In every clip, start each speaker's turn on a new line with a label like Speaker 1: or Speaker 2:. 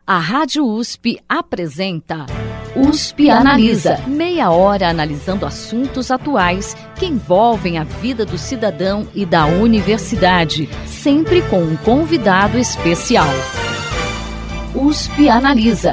Speaker 1: A Rádio USP apresenta USP Analisa. Meia hora analisando assuntos atuais que envolvem a vida do cidadão e da universidade, sempre com um convidado especial. USP Analisa.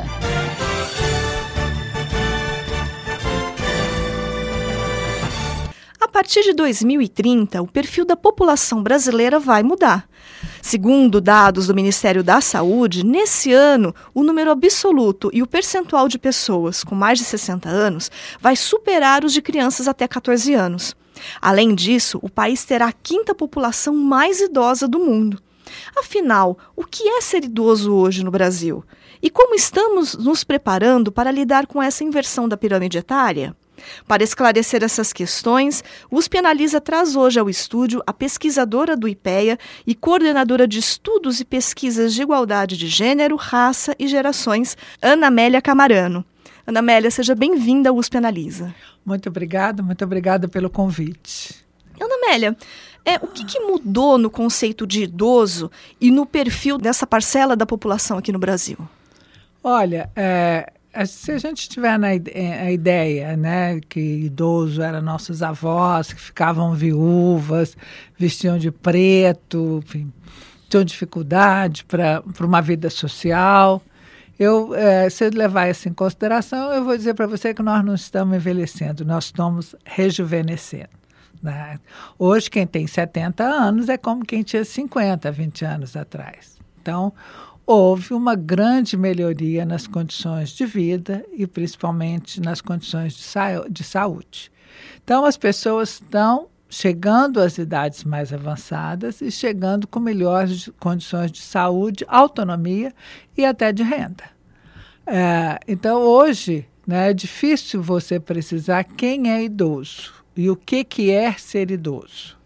Speaker 2: A partir de 2030, o perfil da população brasileira vai mudar. Segundo dados do Ministério da Saúde, nesse ano, o número absoluto e o percentual de pessoas com mais de 60 anos vai superar os de crianças até 14 anos. Além disso, o país terá a quinta população mais idosa do mundo. Afinal, o que é ser idoso hoje no Brasil? E como estamos nos preparando para lidar com essa inversão da pirâmide etária? Para esclarecer essas questões, o USP Analisa traz hoje ao estúdio a pesquisadora do IPEA e coordenadora de estudos e pesquisas de igualdade de gênero, raça e gerações, Ana Amélia Camarano. Ana Amélia, seja bem-vinda ao USP Analisa.
Speaker 3: Muito obrigada pelo convite.
Speaker 2: Ana Amélia, o que mudou no conceito de idoso e no perfil dessa parcela da população aqui no Brasil?
Speaker 3: Olha, se a gente tiver a ideia, né, que idoso eram nossos avós, que ficavam viúvas, vestiam de preto, enfim, tinham dificuldade para uma vida social, se eu levar isso em consideração, eu vou dizer para você que nós não estamos envelhecendo, nós estamos rejuvenescendo. Né? Hoje, quem tem 70 anos é como quem tinha 50, 20 anos atrás. Então, houve uma grande melhoria nas condições de vida e principalmente nas condições de saúde. Então, as pessoas estão chegando às idades mais avançadas e chegando com melhores condições de saúde, autonomia e até de renda. Então, hoje, né, é difícil você precisar quem é idoso e o que é ser idoso.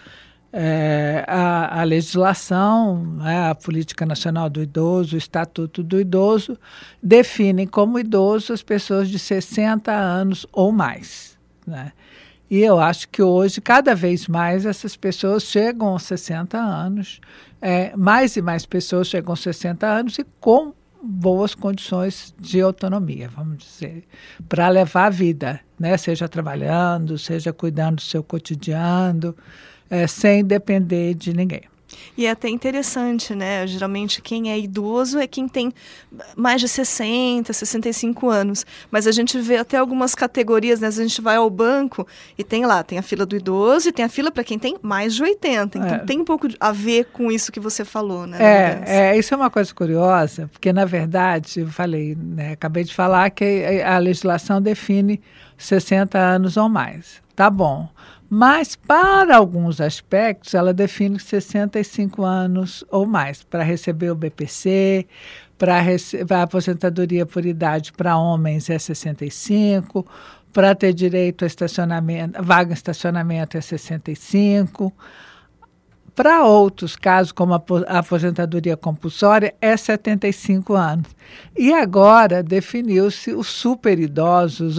Speaker 3: A legislação, a Política Nacional do Idoso, o Estatuto do Idoso, definem como idoso as pessoas de 60 anos ou mais. Né? E eu acho que hoje, cada vez mais, essas pessoas chegam aos 60 anos, mais e mais pessoas chegam aos 60 anos e com boas condições de autonomia, vamos dizer, para levar a vida, né? Seja trabalhando, seja cuidando do seu cotidiano, sem depender de ninguém.
Speaker 2: E é até interessante, né? Geralmente quem é idoso é quem tem mais de 60, 65 anos. Mas a gente vê até algumas categorias, né? A gente vai ao banco e tem a fila do idoso e tem a fila para quem tem mais de 80. Então tem um pouco a ver com isso que você falou, né?
Speaker 3: Isso é uma coisa curiosa, porque na verdade, eu falei, né? Acabei de falar que a legislação define 60 anos ou mais. Tá bom. Mas, para alguns aspectos, ela define 65 anos ou mais para receber o BPC, para a aposentadoria por idade para homens é 65, para ter direito a estacionamento, vaga em estacionamento é 65. Para outros casos, como a aposentadoria compulsória, é 75 anos. E agora definiu-se os superidosos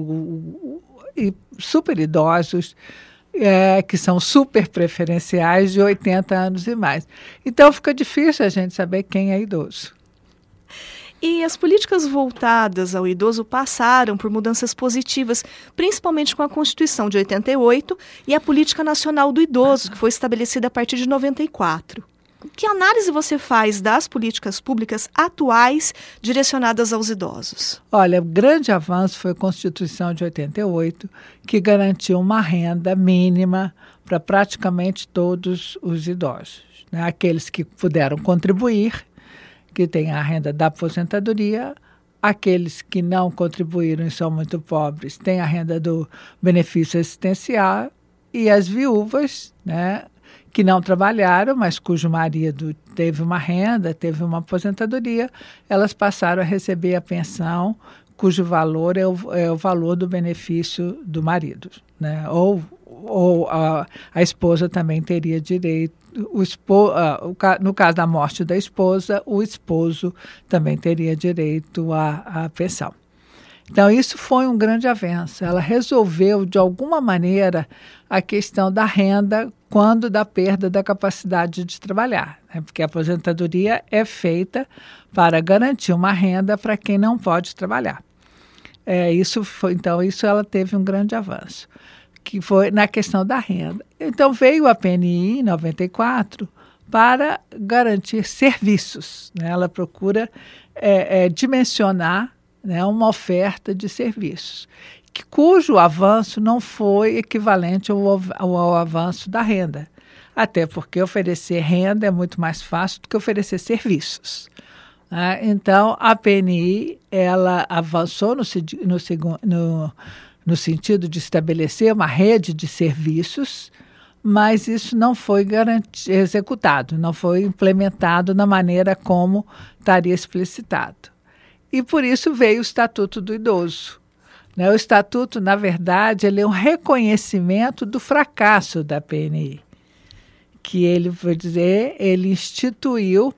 Speaker 3: superidosos, que são super preferenciais de 80 anos e mais. Então fica difícil a gente saber quem é idoso.
Speaker 2: E as políticas voltadas ao idoso passaram por mudanças positivas, principalmente com a Constituição de 88 e a Política Nacional do Idoso, que foi estabelecida a partir de 94. Que análise você faz das políticas públicas atuais direcionadas aos idosos?
Speaker 3: Olha, o grande avanço foi a Constituição de 88, que garantiu uma renda mínima para praticamente todos os idosos. Né? Aqueles que puderam contribuir, que têm a renda da aposentadoria, aqueles que não contribuíram e são muito pobres, têm a renda do benefício assistencial, e as viúvas, né, que não trabalharam, mas cujo marido teve uma renda, teve uma aposentadoria, elas passaram a receber a pensão, cujo valor é o valor do benefício do marido. Né? Ou a esposa também teria direito, no caso da morte da esposa, o esposo também teria direito à pensão. Então, isso foi um grande avanço. Ela resolveu, de alguma maneira, a questão da renda quando da perda da capacidade de trabalhar, né? Porque a aposentadoria é feita para garantir uma renda para quem não pode trabalhar. Então, isso ela teve um grande avanço, que foi na questão da renda. Então, veio a PNI, em 94, para garantir serviços, né? Ela procura dimensionar, né, uma oferta de serviços, cujo avanço não foi equivalente ao avanço da renda. Até porque oferecer renda é muito mais fácil do que oferecer serviços. Então, a PNI ela avançou no sentido de estabelecer uma rede de serviços, mas isso não foi executado, não foi implementado da maneira como estaria explicitado. E por isso veio o Estatuto do Idoso. O Estatuto, na verdade, ele é um reconhecimento do fracasso da PNI, que ele instituiu,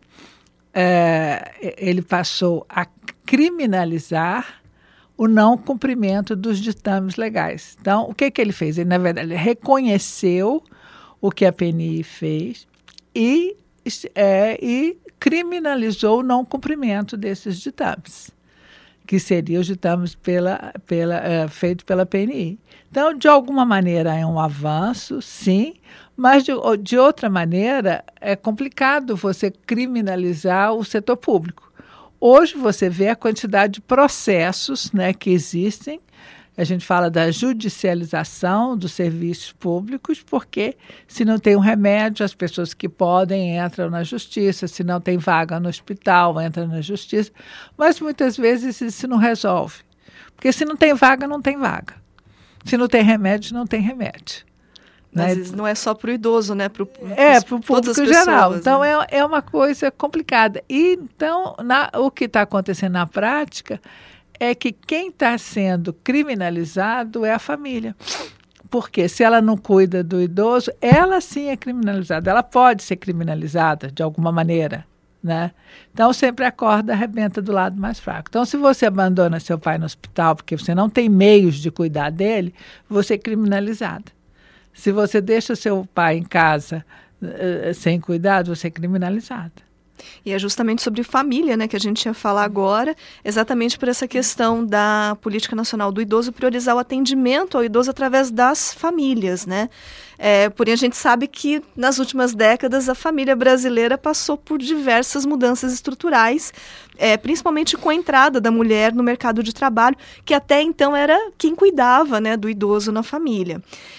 Speaker 3: ele passou a criminalizar o não cumprimento dos ditames legais. Então, o que ele fez? Ele, na verdade, reconheceu o que a PNI fez e criminalizou o não cumprimento desses ditames, que seriam os ditames feitos pela PNI. Então, de alguma maneira, é um avanço, sim, mas de outra maneira, é complicado você criminalizar o setor público. Hoje, você vê a quantidade de processos, né, que existem. A gente fala da judicialização dos serviços públicos, porque se não tem um remédio, as pessoas que podem entram na justiça, se não tem vaga no hospital, entram na justiça, mas muitas vezes isso não resolve, porque se não tem vaga, não tem vaga. Se não tem remédio, não tem remédio.
Speaker 2: Às vezes não é só para o idoso, né? Para o
Speaker 3: público geral. Então, é uma coisa complicada. E, então, o que está acontecendo na prática é que quem está sendo criminalizado é a família. Porque se ela não cuida do idoso, ela sim é criminalizada. Ela pode ser criminalizada de alguma maneira, né? Então, sempre a corda arrebenta do lado mais fraco. Então, se você abandona seu pai no hospital porque você não tem meios de cuidar dele, você é criminalizada. Se você deixa seu pai em casa sem cuidado, você é criminalizada.
Speaker 2: E é justamente sobre família, né, que a gente ia falar agora, exatamente por essa questão da Política Nacional do Idoso priorizar o atendimento ao idoso através das famílias, né? Porém, a gente sabe que nas últimas décadas a família brasileira passou por diversas mudanças estruturais, principalmente com a entrada da mulher no mercado de trabalho, que até então era quem cuidava, né, do idoso na família.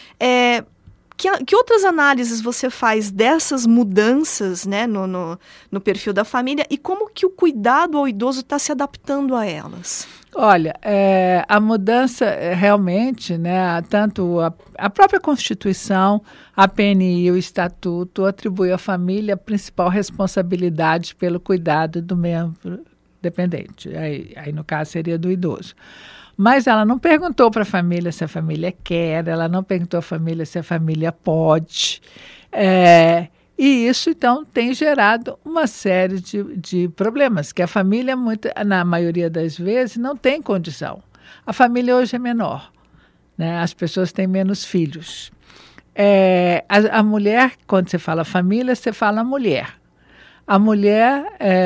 Speaker 2: Que outras análises você faz dessas mudanças, né, no perfil da família e como que o cuidado ao idoso está se adaptando a elas?
Speaker 3: Olha, a mudança realmente, né, tanto a própria Constituição, a PNI e o Estatuto atribuem à família a principal responsabilidade pelo cuidado do membro dependente. Aí no caso seria do idoso. Mas ela não perguntou para a família se a família quer, ela não perguntou à família se a família pode. E isso, então, tem gerado uma série de problemas, que a família, na maioria das vezes, não tem condição. A família hoje é menor, né? As pessoas têm menos filhos. A mulher, quando você fala família, você fala mulher. A mulher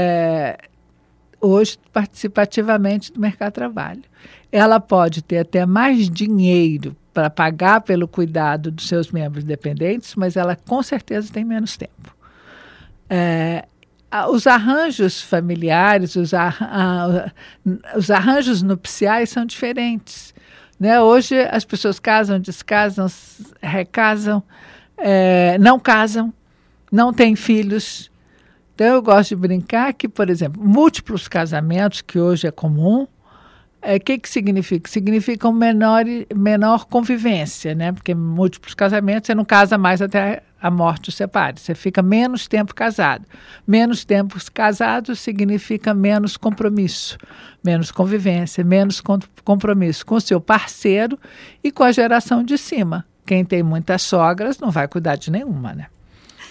Speaker 3: hoje participa ativamente do mercado de trabalho. Ela pode ter até mais dinheiro para pagar pelo cuidado dos seus membros dependentes, mas ela com certeza tem menos tempo. Os arranjos familiares, os arranjos nupciais são diferentes, né? Hoje as pessoas casam, descasam, recasam, não casam, não têm filhos. Então eu gosto de brincar que, por exemplo, múltiplos casamentos, que hoje é comum, que significa? Significa menor convivência, né? Porque múltiplos casamentos, você não casa mais até a morte o separe. Você fica menos tempo casado. Menos tempo casado significa menos compromisso, menos convivência, menos compromisso com o seu parceiro e com a geração de cima. Quem tem muitas sogras não vai cuidar de nenhuma, né?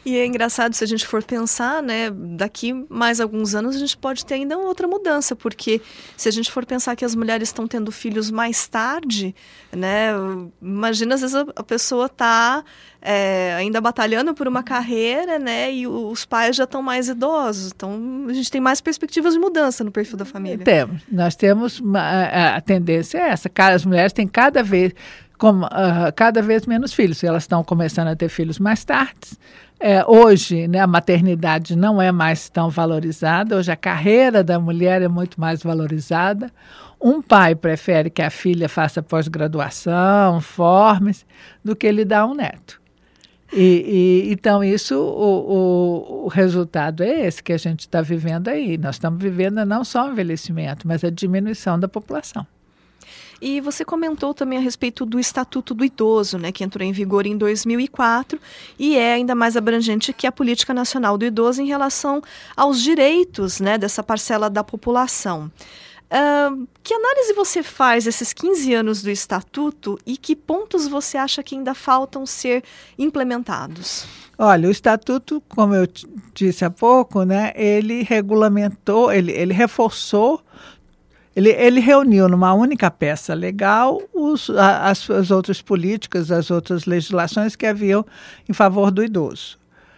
Speaker 2: E é engraçado, se a gente for pensar, né, daqui mais alguns anos a gente pode ter ainda outra mudança, porque se a gente for pensar que as mulheres estão tendo filhos mais tarde, né, imagina às vezes a pessoa está ainda batalhando por uma carreira, né, e os pais já estão mais idosos, então a gente tem mais perspectivas de mudança no perfil da família.
Speaker 3: Nós temos, a tendência é essa, as mulheres têm cada vez menos filhos, elas estão começando a ter filhos mais tarde. Hoje, né, a maternidade não é mais tão valorizada, hoje a carreira da mulher é muito mais valorizada. Um pai prefere que a filha faça pós-graduação, forme-se, do que ele dar um neto. Então, o resultado é esse que a gente está vivendo aí. Nós estamos vivendo não só o envelhecimento, mas a diminuição da população.
Speaker 2: E você comentou também a respeito do Estatuto do Idoso, né, que entrou em vigor em 2004 e é ainda mais abrangente que a Política Nacional do Idoso em relação aos direitos, né, dessa parcela da população. Que análise você faz desses 15 anos do Estatuto e que pontos você acha que ainda faltam ser implementados?
Speaker 3: Olha, o Estatuto, como eu disse há pouco, né, ele regulamentou, ele reforçou. Ele reuniu numa única peça legal as outras políticas, as outras legislações que haviam em favor do idoso.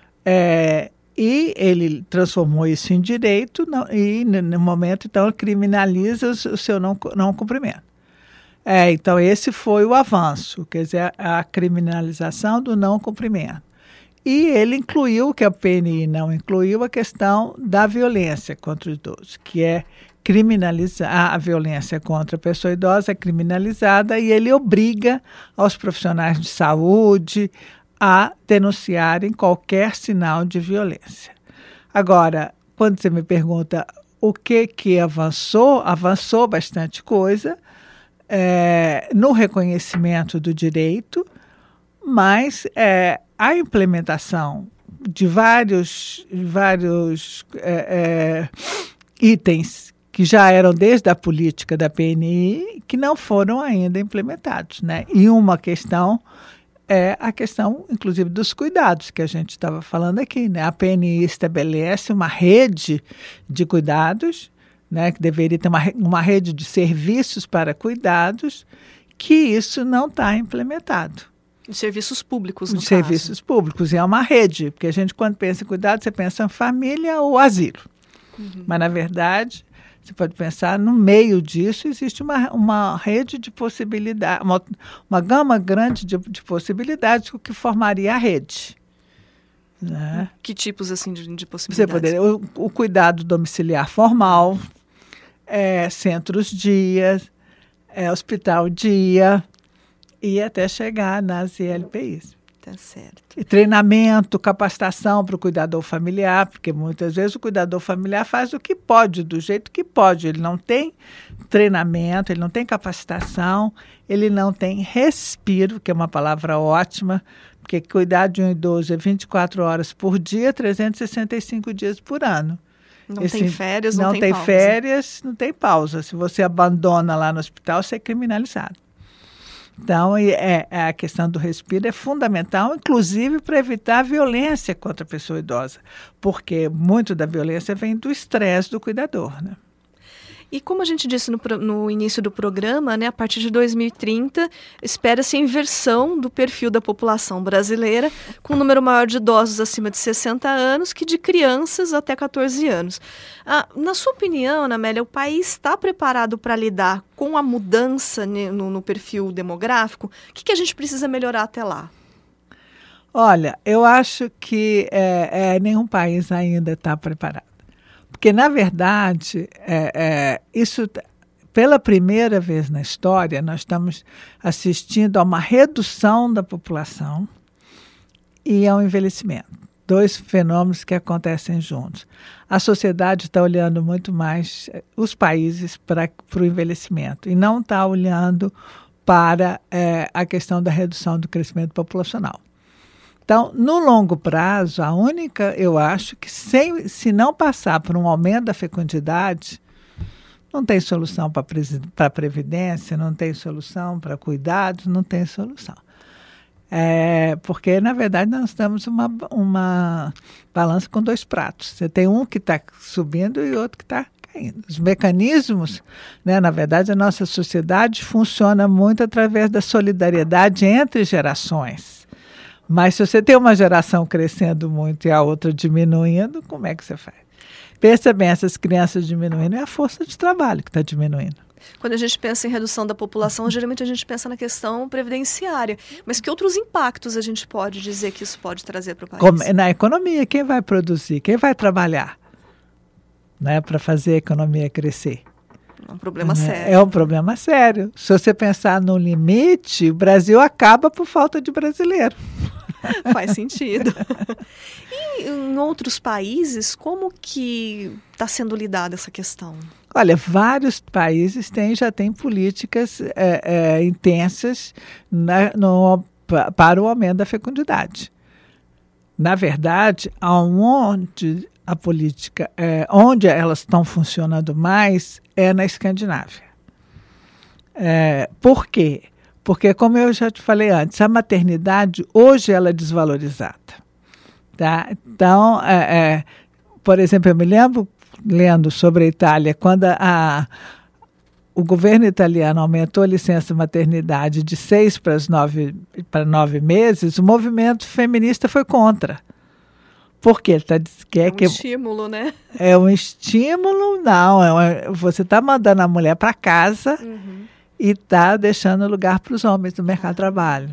Speaker 3: E ele transformou isso em direito e, no momento, então, criminaliza o seu não cumprimento. Então, esse foi o avanço, quer dizer, a criminalização do não cumprimento. E ele incluiu, que a PNI não incluiu, a questão da violência contra o idoso, que é criminalizar a violência contra a pessoa idosa, é criminalizada, e ele obriga aos profissionais de saúde a denunciarem qualquer sinal de violência. Agora, quando você me pergunta o que avançou bastante coisa no reconhecimento do direito, mas a implementação de vários itens que já eram desde a política da PNI, que não foram ainda implementados, né? E uma questão é a questão, inclusive, dos cuidados, que a gente estava falando aqui, né? A PNI estabelece uma rede de cuidados, né? Que deveria ter uma rede de serviços para cuidados, que isso não está implementado.
Speaker 2: De serviços públicos, no caso.
Speaker 3: Serviços públicos, e é uma rede, porque a gente, quando pensa em cuidado, você pensa em família ou asilo. Uhum. Mas, na verdade, você pode pensar, no meio disso existe uma rede de possibilidades, uma gama grande de possibilidades, o que formaria a rede. Né?
Speaker 2: Que tipos assim de possibilidades?
Speaker 3: Você poderia, o cuidado domiciliar formal, centros-dia, hospital-dia, e até chegar nas ILPIs.
Speaker 2: Tá certo.
Speaker 3: E treinamento, capacitação para o cuidador familiar, porque muitas vezes o cuidador familiar faz o que pode, do jeito que pode. Ele não tem treinamento, ele não tem capacitação, ele não tem respiro, que é uma palavra ótima, porque cuidar de um idoso é 24 horas por dia, 365 dias por ano.
Speaker 2: Não tem férias, não tem pausa.
Speaker 3: Férias, não tem pausa. Se você abandona lá no hospital, você é criminalizado. Então, a questão do respiro é fundamental, inclusive para evitar a violência contra a pessoa idosa, porque muito da violência vem do estresse do cuidador, né?
Speaker 2: E como a gente disse no início do programa, né, a partir de 2030, espera-se a inversão do perfil da população brasileira, com um número maior de idosos acima de 60 anos que de crianças até 14 anos. Na sua opinião, Ana Amélia, o país está preparado para lidar com a mudança no perfil demográfico? O que a gente precisa melhorar até lá?
Speaker 3: Olha, eu acho que nenhum país ainda está preparado. Porque, na verdade, isso, pela primeira vez na história, nós estamos assistindo a uma redução da população e ao envelhecimento. Dois fenômenos que acontecem juntos. A sociedade está olhando muito mais os países para o envelhecimento e não está olhando para a questão da redução do crescimento populacional. Então, no longo prazo, eu acho que se não passar por um aumento da fecundidade, não tem solução para a previdência, não tem solução para cuidados, não tem solução. Porque, na verdade, nós temos uma balança com dois pratos. Você tem um que está subindo e outro que está caindo. Os mecanismos, né, na verdade, a nossa sociedade funciona muito através da solidariedade entre gerações. Mas se você tem uma geração crescendo muito e a outra diminuindo, como é que você faz? Pensa bem, essas crianças diminuindo, é a força de trabalho que está diminuindo.
Speaker 2: Quando a gente pensa em redução da população, geralmente a gente pensa na questão previdenciária. Mas que outros impactos a gente pode dizer que isso pode trazer para o país?
Speaker 3: Na economia, quem vai produzir? Quem vai trabalhar, né, para fazer a economia crescer?
Speaker 2: É um problema sério.
Speaker 3: É um problema sério. Se você pensar no limite, o Brasil acaba por falta de brasileiro.
Speaker 2: Faz sentido. E em outros países, como que está sendo lidada essa questão?
Speaker 3: Olha, vários países já têm políticas intensas para o aumento da fecundidade. Na verdade, onde a política, onde elas estão funcionando mais, é na Escandinávia. Por quê? Porque, como eu já te falei antes, a maternidade hoje ela é desvalorizada. Tá? Então, por exemplo, eu me lembro, lendo sobre a Itália, quando o governo italiano aumentou a licença maternidade de 6 para 9 meses, o movimento feminista foi contra. Por quê? É um
Speaker 2: estímulo, né?
Speaker 3: É um estímulo, não. Você está mandando a mulher para casa e está deixando lugar para os homens no mercado de trabalho.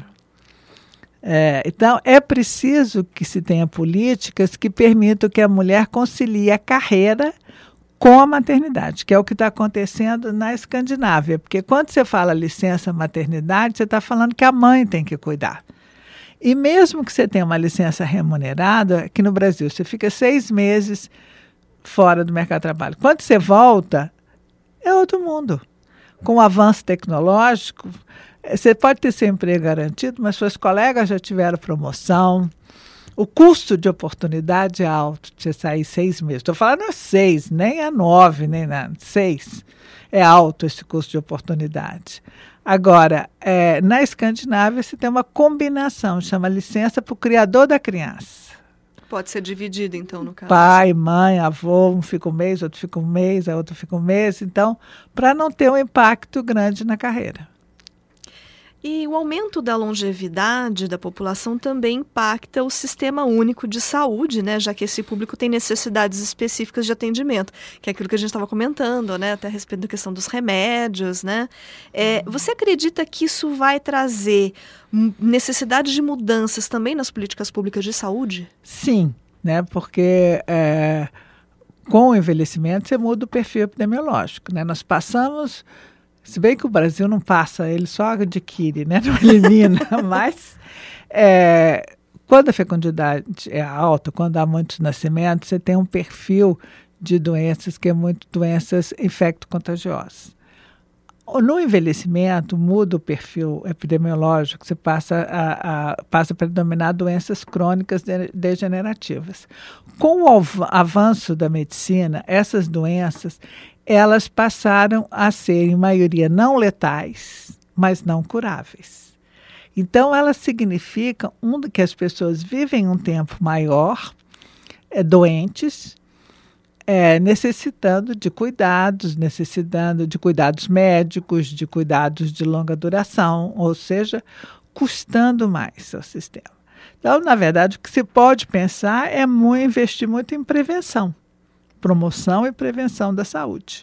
Speaker 3: Então, é preciso que se tenha políticas que permitam que a mulher concilie a carreira com a maternidade, que é o que está acontecendo na Escandinávia. Porque quando você fala licença maternidade, você está falando que a mãe tem que cuidar. E mesmo que você tenha uma licença remunerada, aqui no Brasil, você fica 6 meses fora do mercado de trabalho. Quando você volta, é outro mundo. Com o avanço tecnológico, você pode ter seu emprego garantido, mas suas colegas já tiveram promoção. O custo de oportunidade é alto de você sair 6 meses. Estou falando 6, nem a 9, nem nada. 6. É alto esse custo de oportunidade. Agora, na Escandinávia, você tem uma combinação, chama licença para o criador da criança.
Speaker 2: Pode ser dividido, então, no caso.
Speaker 3: Pai, mãe, avô, um fica um mês, outro fica um mês, a outro fica um mês. Então, para não ter um impacto grande na carreira.
Speaker 2: E o aumento da longevidade da população também impacta o sistema único de saúde, né? Já que esse público tem necessidades específicas de atendimento, que é aquilo que a gente estava comentando, né? Até a respeito da questão dos remédios, né? Você acredita que isso vai trazer necessidade de mudanças também nas políticas públicas de saúde?
Speaker 3: Sim, né? Porque com o envelhecimento você muda o perfil epidemiológico, né? Nós passamos... Se bem que o Brasil não passa, ele só adquire, né? Não elimina, mas quando a fecundidade é alta, quando há muitos nascimentos, você tem um perfil de doenças que é muito doenças infecto-contagiosas. No envelhimento, muda o perfil epidemiológico, você passa a predominar doenças crônicas degenerativas. Com o avanço da medicina, essas doenças elas passaram a ser, em maioria, não letais, mas não curáveis. Então, elas significam que as pessoas vivem um tempo maior, doentes, necessitando de cuidados médicos, de cuidados de longa duração, ou seja, custando mais ao sistema. Então, na verdade, o que se pode pensar é investir muito em prevenção. Promoção e prevenção da saúde,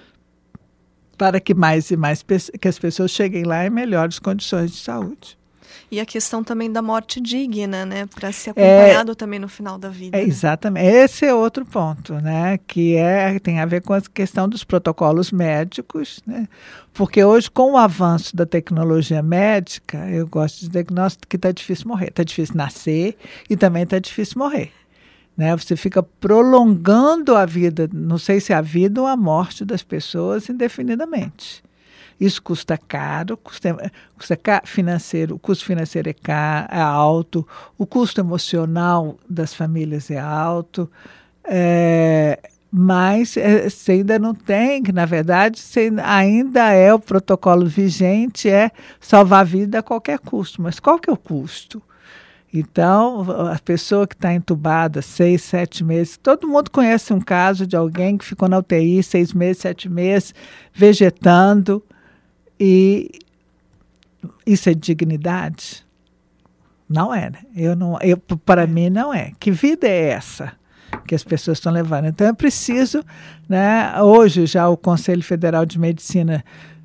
Speaker 3: para que mais e mais que as pessoas cheguem lá em melhores condições de saúde.
Speaker 2: E a questão também da morte digna, né, para ser acompanhado também no final da vida.
Speaker 3: Exatamente, esse é outro ponto, né, que tem a ver com a questão dos protocolos médicos, né, porque hoje com o avanço da tecnologia médica, eu gosto de dizer que está difícil morrer, está difícil nascer e também está difícil morrer. Né? Você fica prolongando a vida, não sei se a vida ou a morte das pessoas indefinidamente. Isso custa caro, custa financeiro, o custo financeiro é alto, o custo emocional das famílias é alto. Mas você ainda não tem, que na verdade ainda é o protocolo vigente, é salvar a vida a qualquer custo. Mas qual que é o custo? Então, a pessoa que está entubada 6, 7 meses, todo mundo conhece um caso de alguém que ficou na UTI 6 meses, 7 meses, vegetando, e isso é dignidade? Não é, né? Para mim não é. Que vida é essa que as pessoas estão levando? Então é preciso, né? Hoje já o Conselho Federal de Medicina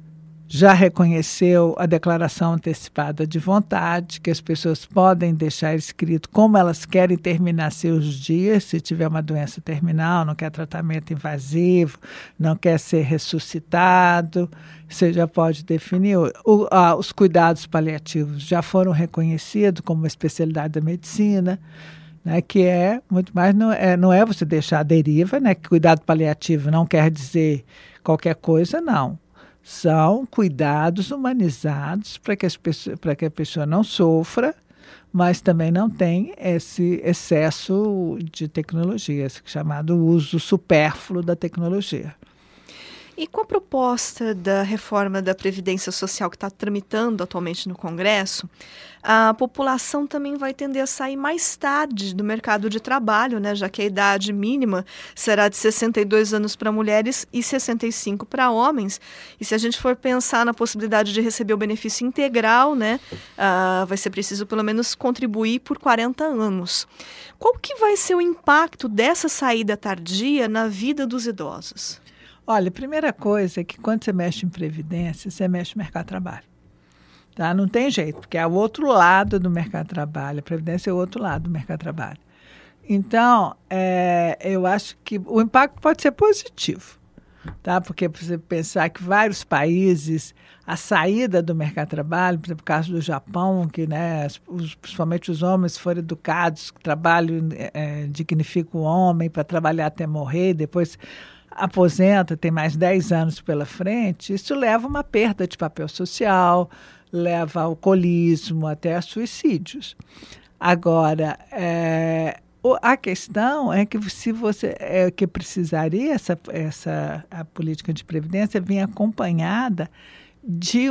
Speaker 3: já reconheceu a declaração antecipada de vontade, que as pessoas podem deixar escrito como elas querem terminar seus dias, se tiver uma doença terminal, não quer tratamento invasivo, não quer ser ressuscitado, você já pode definir. Os cuidados paliativos já foram reconhecidos como uma especialidade da medicina, né, que é muito mais, não é você deixar a deriva, né, que cuidado paliativo não quer dizer qualquer coisa, não. São cuidados humanizados para que a pessoa não sofra, mas também não tenha esse excesso de tecnologia, esse chamado uso supérfluo da tecnologia.
Speaker 2: E com a proposta da reforma da Previdência Social que está tramitando atualmente no Congresso, a população também vai tender a sair mais tarde do mercado de trabalho, né, já que a idade mínima será de 62 anos para mulheres e 65 para homens. E se a gente for pensar na possibilidade de receber o benefício integral, né, vai ser preciso pelo menos contribuir por 40 anos. Qual que vai ser o impacto dessa saída tardia na vida dos idosos?
Speaker 3: Olha, a primeira coisa é que quando você mexe em previdência, você mexe no mercado de trabalho. Tá? Não tem jeito, porque é o outro lado do mercado de trabalho. A previdência é o outro lado do mercado de trabalho. Então, eu acho que o impacto pode ser positivo. Tá? Porque você pensar que vários países, a saída do mercado de trabalho, por exemplo, o caso do Japão, que, né, principalmente os homens foram educados, que trabalho dignifica o homem para trabalhar até morrer, depois aposenta, tem mais 10 anos pela frente, isso leva a uma perda de papel social, leva ao alcoolismo, até a suicídios. Agora, a questão é que se você que precisaria a política de previdência vir acompanhada de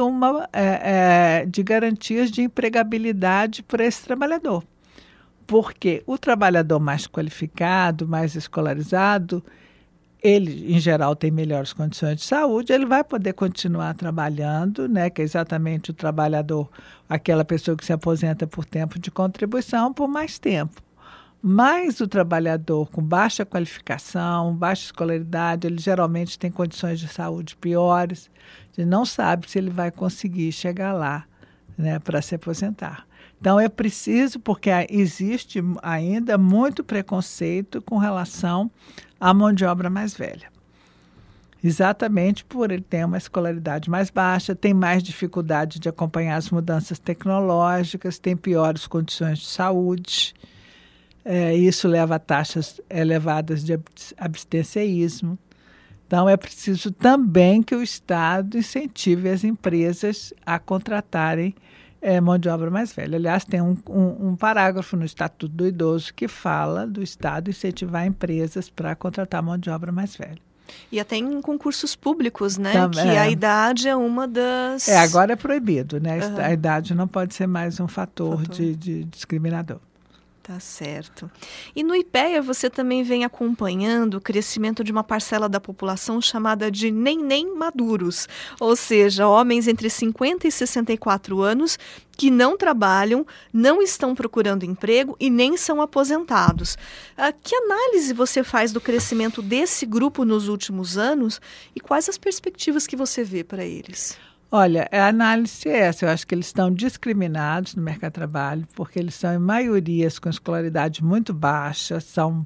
Speaker 3: de garantias de empregabilidade para esse trabalhador. Porque o trabalhador mais qualificado, mais escolarizado, ele, em geral, tem melhores condições de saúde, ele vai poder continuar trabalhando, né, que é exatamente o trabalhador, aquela pessoa que se aposenta por tempo de contribuição, por mais tempo. Mas o trabalhador com baixa qualificação, baixa escolaridade, ele geralmente tem condições de saúde piores, ele não sabe se ele vai conseguir chegar lá, né, para se aposentar. Então, é preciso, porque existe ainda muito preconceito com relação à mão de obra mais velha. Exatamente por ele ter uma escolaridade mais baixa, tem mais dificuldade de acompanhar as mudanças tecnológicas, tem piores condições de saúde. Isso leva a taxas elevadas de abstencionismo. Então, é preciso também que o Estado incentive as empresas a contratarem mão de obra mais velha. Aliás, tem um parágrafo no Estatuto do Idoso que fala do Estado incentivar empresas para contratar mão de obra mais velha.
Speaker 2: E até em concursos públicos, né? Também, que a idade é uma das...
Speaker 3: agora é proibido, né? Uhum. A idade não pode ser mais um fator. De discriminador.
Speaker 2: Tá certo. E no IPEA você também vem acompanhando o crescimento de uma parcela da população chamada de neném maduros, ou seja, homens entre 50 e 64 anos que não trabalham, não estão procurando emprego e nem são aposentados. Que análise você faz do crescimento desse grupo nos últimos anos e quais as perspectivas que você vê para eles?
Speaker 3: Olha, a análise é essa. Eu acho que eles estão discriminados no mercado de trabalho, porque eles são, em maioria, com escolaridade muito baixa, são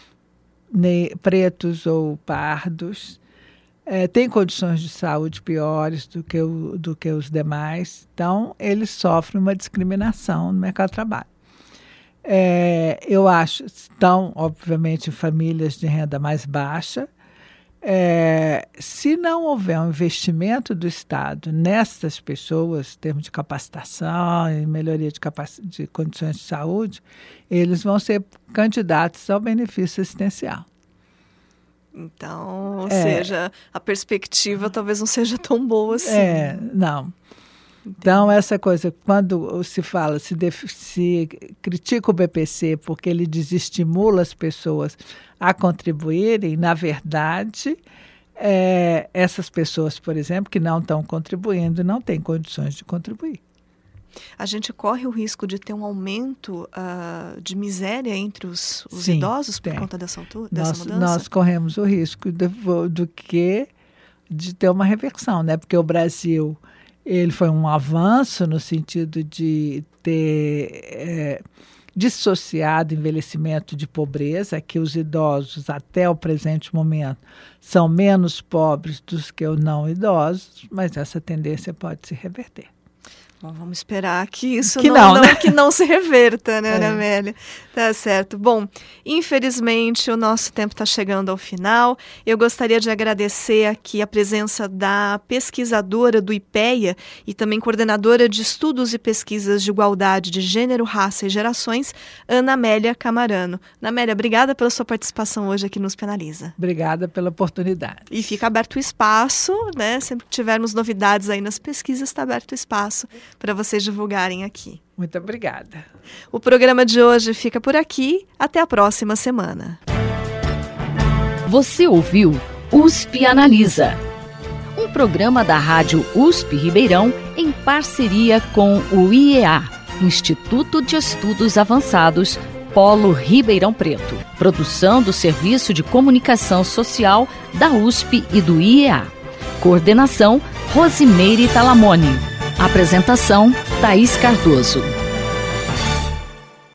Speaker 3: pretos ou pardos, têm condições de saúde piores do que os demais, então eles sofrem uma discriminação no mercado de trabalho. Eu acho, estão, obviamente, em famílias de renda mais baixa. Se não houver um investimento do Estado nessas pessoas, em termos de capacitação e melhoria de condições de saúde, eles vão ser candidatos ao benefício assistencial.
Speaker 2: Então, ou seja, a perspectiva talvez não seja tão boa assim.
Speaker 3: Não. Então, essa coisa, quando se fala, se critica o BPC porque ele desestimula as pessoas a contribuírem, na verdade, essas pessoas, por exemplo, que não estão contribuindo, não têm condições de contribuir.
Speaker 2: A gente corre o risco de ter um aumento de miséria entre os
Speaker 3: Sim,
Speaker 2: idosos por conta dessa mudança?
Speaker 3: Nós corremos o risco de ter uma reversão, né? Porque o Brasil, ele foi um avanço no sentido de ter dissociado envelhecimento de pobreza, que os idosos, até o presente momento, são menos pobres do que os não idosos, mas essa tendência pode se reverter.
Speaker 2: Bom, vamos esperar que isso
Speaker 3: que
Speaker 2: não se reverta, né, Ana Amélia? Tá certo. Bom, infelizmente o nosso tempo está chegando ao final. Eu gostaria de agradecer aqui a presença da pesquisadora do IPEA e também coordenadora de estudos e pesquisas de igualdade de gênero, raça e gerações, Ana Amélia Camarano. Ana Amélia, obrigada pela sua participação hoje aqui no USP Analisa.
Speaker 3: Obrigada pela oportunidade.
Speaker 2: E fica aberto o espaço, né? Sempre que tivermos novidades aí nas pesquisas, está aberto o espaço para vocês divulgarem aqui.
Speaker 3: Muito obrigada.
Speaker 2: O programa de hoje fica por aqui. Até a próxima semana.
Speaker 1: Você ouviu USP Analisa, um programa da Rádio USP Ribeirão em parceria com o IEA, Instituto de Estudos Avançados, Polo Ribeirão Preto. Produção do Serviço de Comunicação Social da USP e do IEA. Coordenação, Rosimeire Talamone. Apresentação, Thaís Cardoso.